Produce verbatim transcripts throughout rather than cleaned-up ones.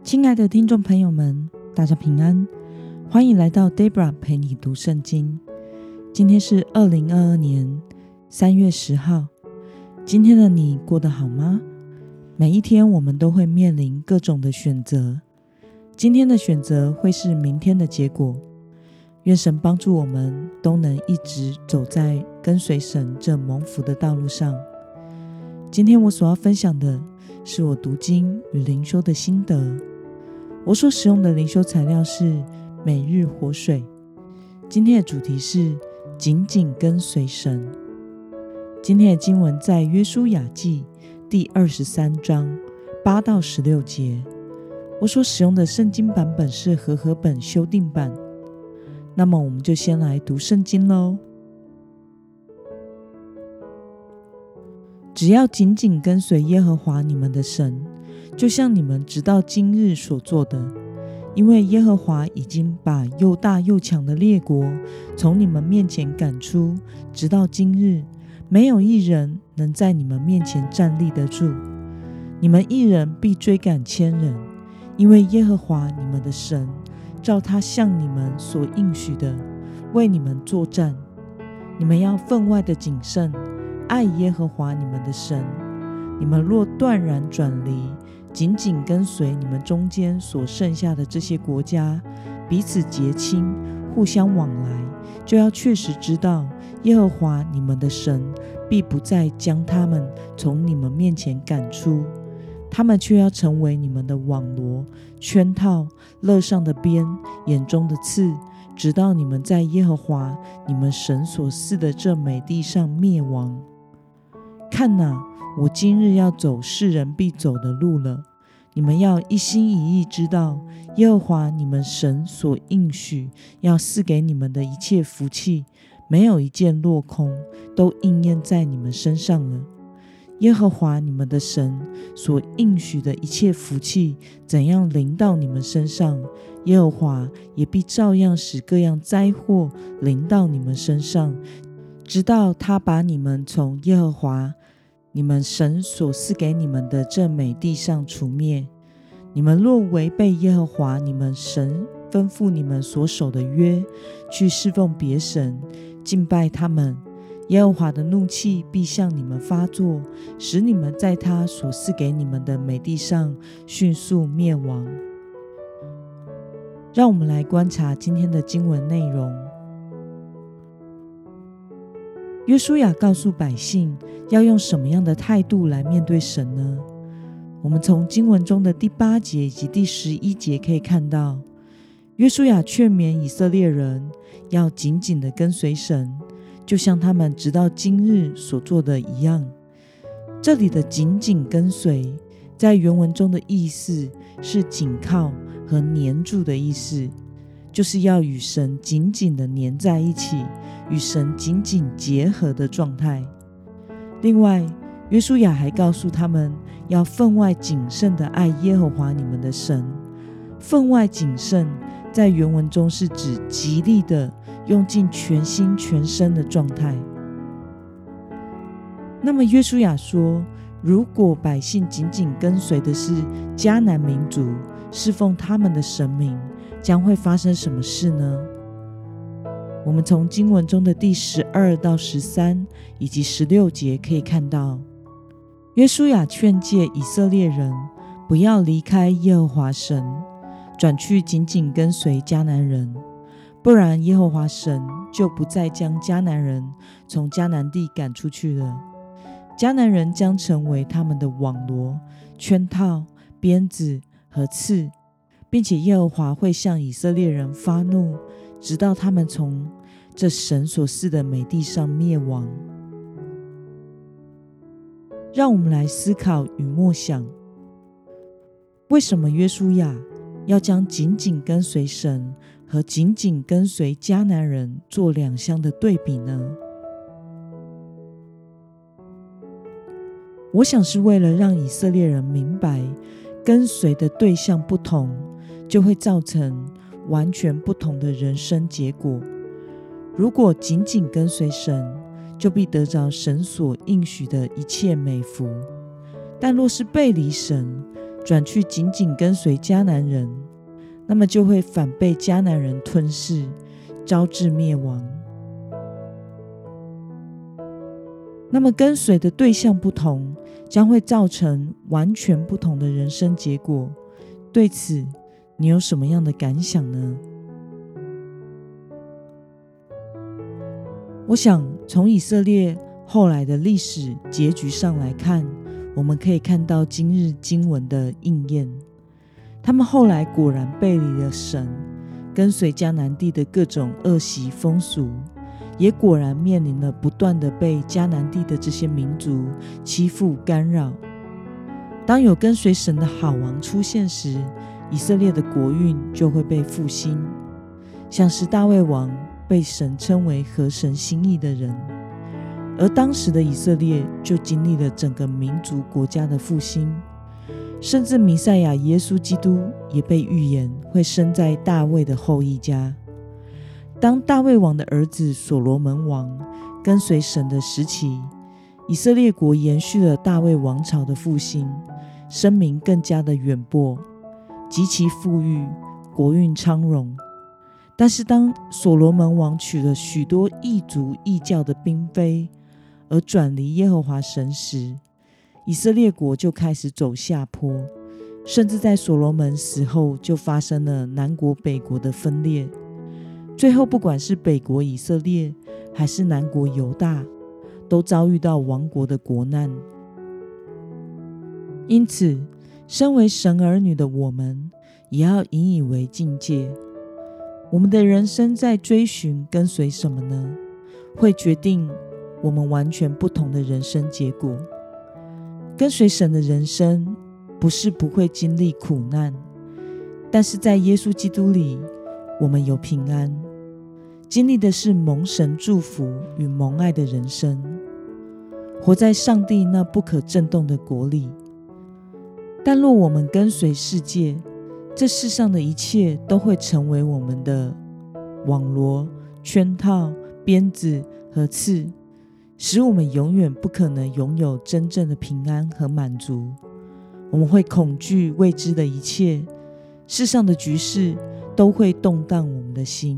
亲爱的听众朋友们，大家平安，欢迎来到 Debra 陪你读圣经。今天是二零二二年三月十号。今天的你过得好吗？每一天我们都会面临各种的选择，今天的选择会是明天的结果。愿神帮助我们都能一直走在跟随神这蒙福的道路上。今天我所要分享的是我读经与灵修的心得。我所使用的灵修材料是每日活水。今天的主题是紧紧跟随神。今天的经文在约书亚记第二十三章八到十六节。我所使用的圣经版本是和合本修订版。那么我们就先来读圣经咯。只要紧紧跟随耶和华你们的神，就像你们直到今日所做的，因为耶和华已经把又大又强的列国从你们面前赶出，直到今日，没有一人能在你们面前站立得住。你们一人必追赶千人，因为耶和华你们的神照他向你们所应许的，为你们作战。你们要分外的谨慎，爱耶和华你们的神。你们若断然转离，紧紧跟随你们中间所剩下的这些国家，彼此结亲，互相往来，就要确实知道，耶和华你们的神必不再将他们从你们面前赶出，他们却要成为你们的网罗、圈套、肋上的鞭、眼中的刺，直到你们在耶和华你们神所赐的这美地上灭亡。看哪，我今日要走世人必走的路了。你们要一心一意知道，耶和华你们神所应许要赐给你们的一切福气，没有一件落空，都应验在你们身上了。耶和华你们的神所应许的一切福气怎样临到你们身上，耶和华也必照样使各样灾祸临到你们身上，直到他把你们从耶和华你们神所赐给你们的这美地上除灭。你们若违背耶和华你们神吩咐你们所守的约，去侍奉别神，敬拜他们，耶和华的怒气必向你们发作，使你们在他所赐给你们的美地上迅速灭亡。让我们来观察今天的经文内容。约书亚告诉百姓要用什么样的态度来面对神呢？我们从经文中的第八节以及第十一节可以看到，约书亚劝勉以色列人要紧紧地跟随神，就像他们直到今日所做的一样。这里的紧紧跟随在原文中的意思是紧靠和黏住的意思，就是要与神紧紧地黏在一起，与神紧紧结合的状态。另外，约书亚还告诉他们要分外谨慎地爱耶和华你们的神。分外谨慎在原文中是指极力的用尽全心全身的状态。那么约书亚说，如果百姓紧紧跟随的是迦南民族，侍奉他们的神明，将会发生什么事呢？我们从经文中的第十二到十三以及十六节可以看到，约书亚劝诫以色列人不要离开耶和华神，转去紧紧跟随迦南人，不然耶和华神就不再将迦南人从迦南地赶出去了。迦南人将成为他们的网罗、圈套、鞭子和刺，并且耶和华会向以色列人发怒，直到他们从这神所赐的美地上灭亡。让我们来思考与默想，为什么约书亚要将紧紧跟随神和紧紧跟随迦南人做两相的对比呢？我想是为了让以色列人明白，跟随的对象不同，就会造成完全不同的人生结果。如果紧紧跟随神，就必得着神所应许的一切美福；但若是背离神， 转去紧紧跟随迦南人，那么就会反被迦南人吞噬，招致灭亡。那么跟随的对象不同，将会造成完全不同的人生结果。对此，你有什么样的感想呢？我想从以色列后来的历史结局上来看，我们可以看到今日经文的应验。他们后来果然背离了神，跟随迦南地的各种恶习风俗，也果然面临了不断的被迦南地的这些民族欺负干扰。当有跟随神的好王出现时，以色列的国运就会被复兴，像是大卫王被神称为合神心意的人，而当时的以色列就经历了整个民族国家的复兴，甚至弥赛亚耶稣基督也被预言会生在大卫的后裔家。当大卫王的儿子所罗门王跟随神的时期，以色列国延续了大卫王朝的复兴，声名更加的远播，极其富裕，国运昌荣。但是当所罗门王娶了许多异族异教的嫔妃，而转离耶和华神时，以色列国就开始走下坡，甚至在所罗门死后就发生了南国北国的分裂。最后不管是北国以色列还是南国犹大，都遭遇到亡国的国难。因此身为神儿女的我们，也要引以为境界。我们的人生在追寻跟随什么呢？会决定我们完全不同的人生结果。跟随神的人生不是不会经历苦难，但是在耶稣基督里，我们有平安，经历的是蒙神祝福与蒙爱的人生，活在上帝那不可震动的国里。但若我们跟随世界，这世上的一切都会成为我们的网罗、圈套、鞭子和刺，使我们永远不可能拥有真正的平安和满足。我们会恐惧未知的一切，世上的局势都会动荡我们的心。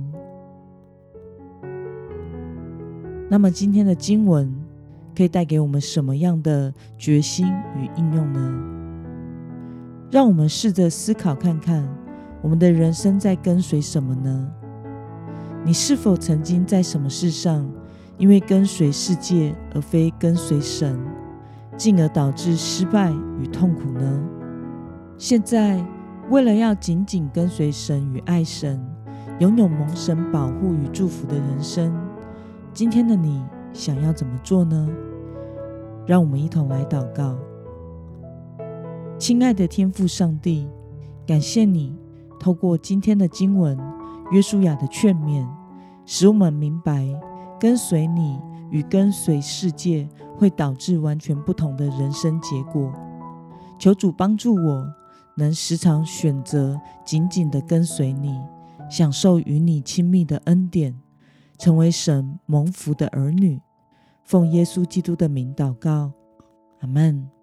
那么今天的经文可以带给我们什么样的决心与应用呢？让我们试着思考看看，我们的人生在跟随什么呢？你是否曾经在什么事上因为跟随世界而非跟随神，进而导致失败与痛苦呢？现在为了要紧紧跟随神与爱神，拥有蒙神保护与祝福的人生，今天的你想要怎么做呢？让我们一同来祷告。亲爱的天父上帝，感谢你透过今天的经文约书亚的劝勉，使我们明白跟随你与跟随世界会导致完全不同的人生结果。求主帮助我能时常选择紧紧地跟随你，享受与你亲密的恩典，成为神蒙福的儿女。奉耶稣基督的名祷告，阿们。